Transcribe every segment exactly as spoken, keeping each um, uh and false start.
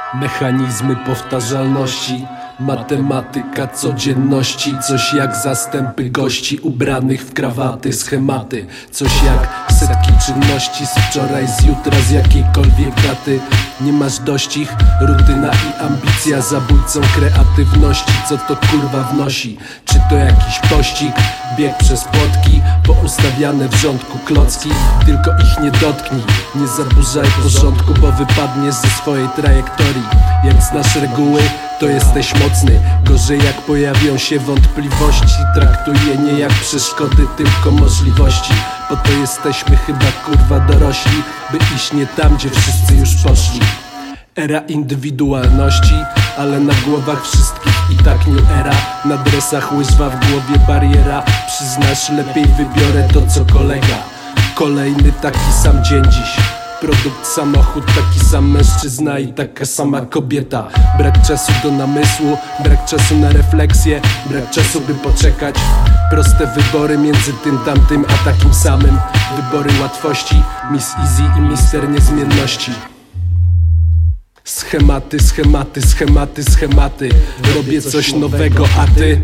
Mechanizmy powtarzalności, matematyka codzienności. Coś jak zastępy gości ubranych w krawaty, schematy. Coś jak setki czynności z wczoraj, z jutra, z jakiejkolwiek daty. Nie masz dość ich, rutyna i ambicja zabójcą kreatywności. Co to kurwa wnosi? Czy to jakiś pościg? Bieg przez płotki, poustawiane w rządku klocki. Tylko ich nie dotknij, nie zaburzaj porządku, bo wypadniesz ze swojej trajektorii. Jak znasz reguły, to jesteś mocny. Gorzej jak pojawią się wątpliwości. Traktuj je nie jak przeszkody, tylko możliwości. Po to jesteśmy chyba kurwa dorośli, by iść nie tam, gdzie wszyscy już poszli. Era indywidualności, ale na głowach wszystkich i tak new era. Na dresach łyżwa, w głowie bariera. Przyznasz, lepiej wybiorę to co kolega. Kolejny taki sam dzień dziś. Produkt, samochód, taki sam mężczyzna i taka sama kobieta. Brak czasu do namysłu, brak czasu na refleksję, brak czasu by poczekać. Proste wybory między tym, tamtym, a takim samym. Wybory łatwości, Miss Easy i Mister Niezmienności. Schematy, schematy, schematy, schematy. Robię coś nowego, a ty?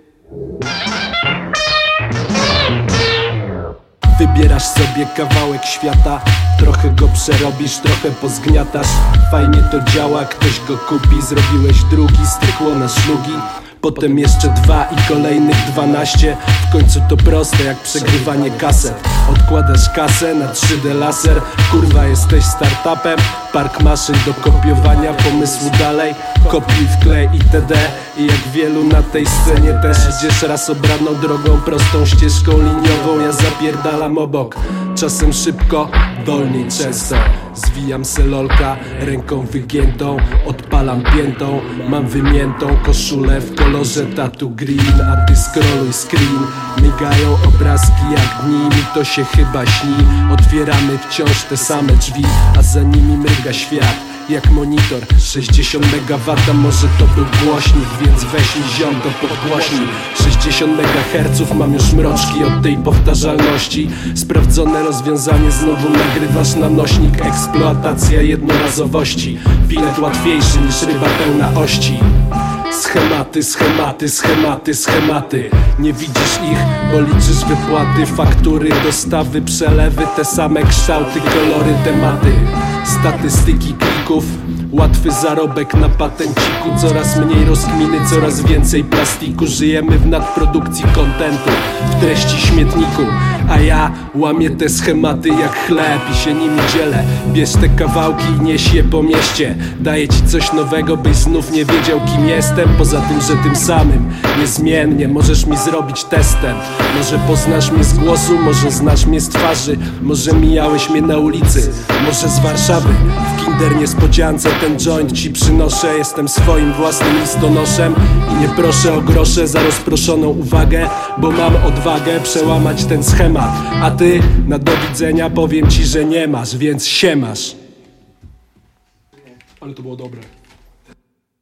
Wybierasz sobie kawałek świata, trochę go przerobisz, trochę pozgniatasz. Fajnie to działa, ktoś go kupi. Zrobiłeś drugi, stykło na szlugi. Potem jeszcze dwa i kolejnych dwanaście. W końcu to proste jak przegrywanie kaset. Odkładasz kasę na trzy D laser. Kurwa, jesteś startupem. Park maszyn do kopiowania pomysłu dalej. Kopiuj, wklej itd. I jak wielu na tej scenie też idziesz raz obraną drogą, prostą ścieżką liniową. Ja zapierdalam obok, czasem szybko, wolniej często. Zwijam se lolka ręką wygiętą, odpalam piętą. Mam wymiętą koszulę w kolorze tatu green, a ty scrolluj screen. Migają obrazki jak dni, mi to się chyba śni. Otwieramy wciąż te same drzwi, a za nimi mryga świat jak monitor. Sześćdziesiąt megawatów, może to był głośnik, więc weź mi ziom to podgłośnij. Sześćdziesiąt megaherców, mam już mroczki od tej powtarzalności. Sprawdzone rozwiązanie, znowu nagrywasz na nośnik. Eksploatacja jednorazowości, bilet łatwiejszy niż ryba pełna ości. Schematy, schematy, schematy, schematy. Nie widzisz ich, bo liczysz wypłaty, faktury, dostawy, przelewy. Te same kształty, kolory, tematy. Statystyki klików, łatwy zarobek na patenciku. Coraz mniej rozkminy, coraz więcej plastiku. Żyjemy w nadprodukcji kontentu, w treści śmietniku. A ja łamię te schematy jak chleb i się nimi dzielę. Bierz te kawałki i nieś je po mieście. Daję ci coś nowego, byś znów nie wiedział kim jestem. Poza tym, że tym samym niezmiennie możesz mi zrobić testem. Może poznasz mnie z głosu, może znasz mnie z twarzy. Może mijałeś mnie na ulicy, może z Warszawy. W Kinder niespodziance ten joint ci przynoszę. Jestem swoim własnym listonoszem i nie proszę o grosze za rozproszoną uwagę, bo mam odwagę przełamać ten schemat. A ty na do widzenia powiem ci, że nie masz, więc siemasz. Ale to było dobre.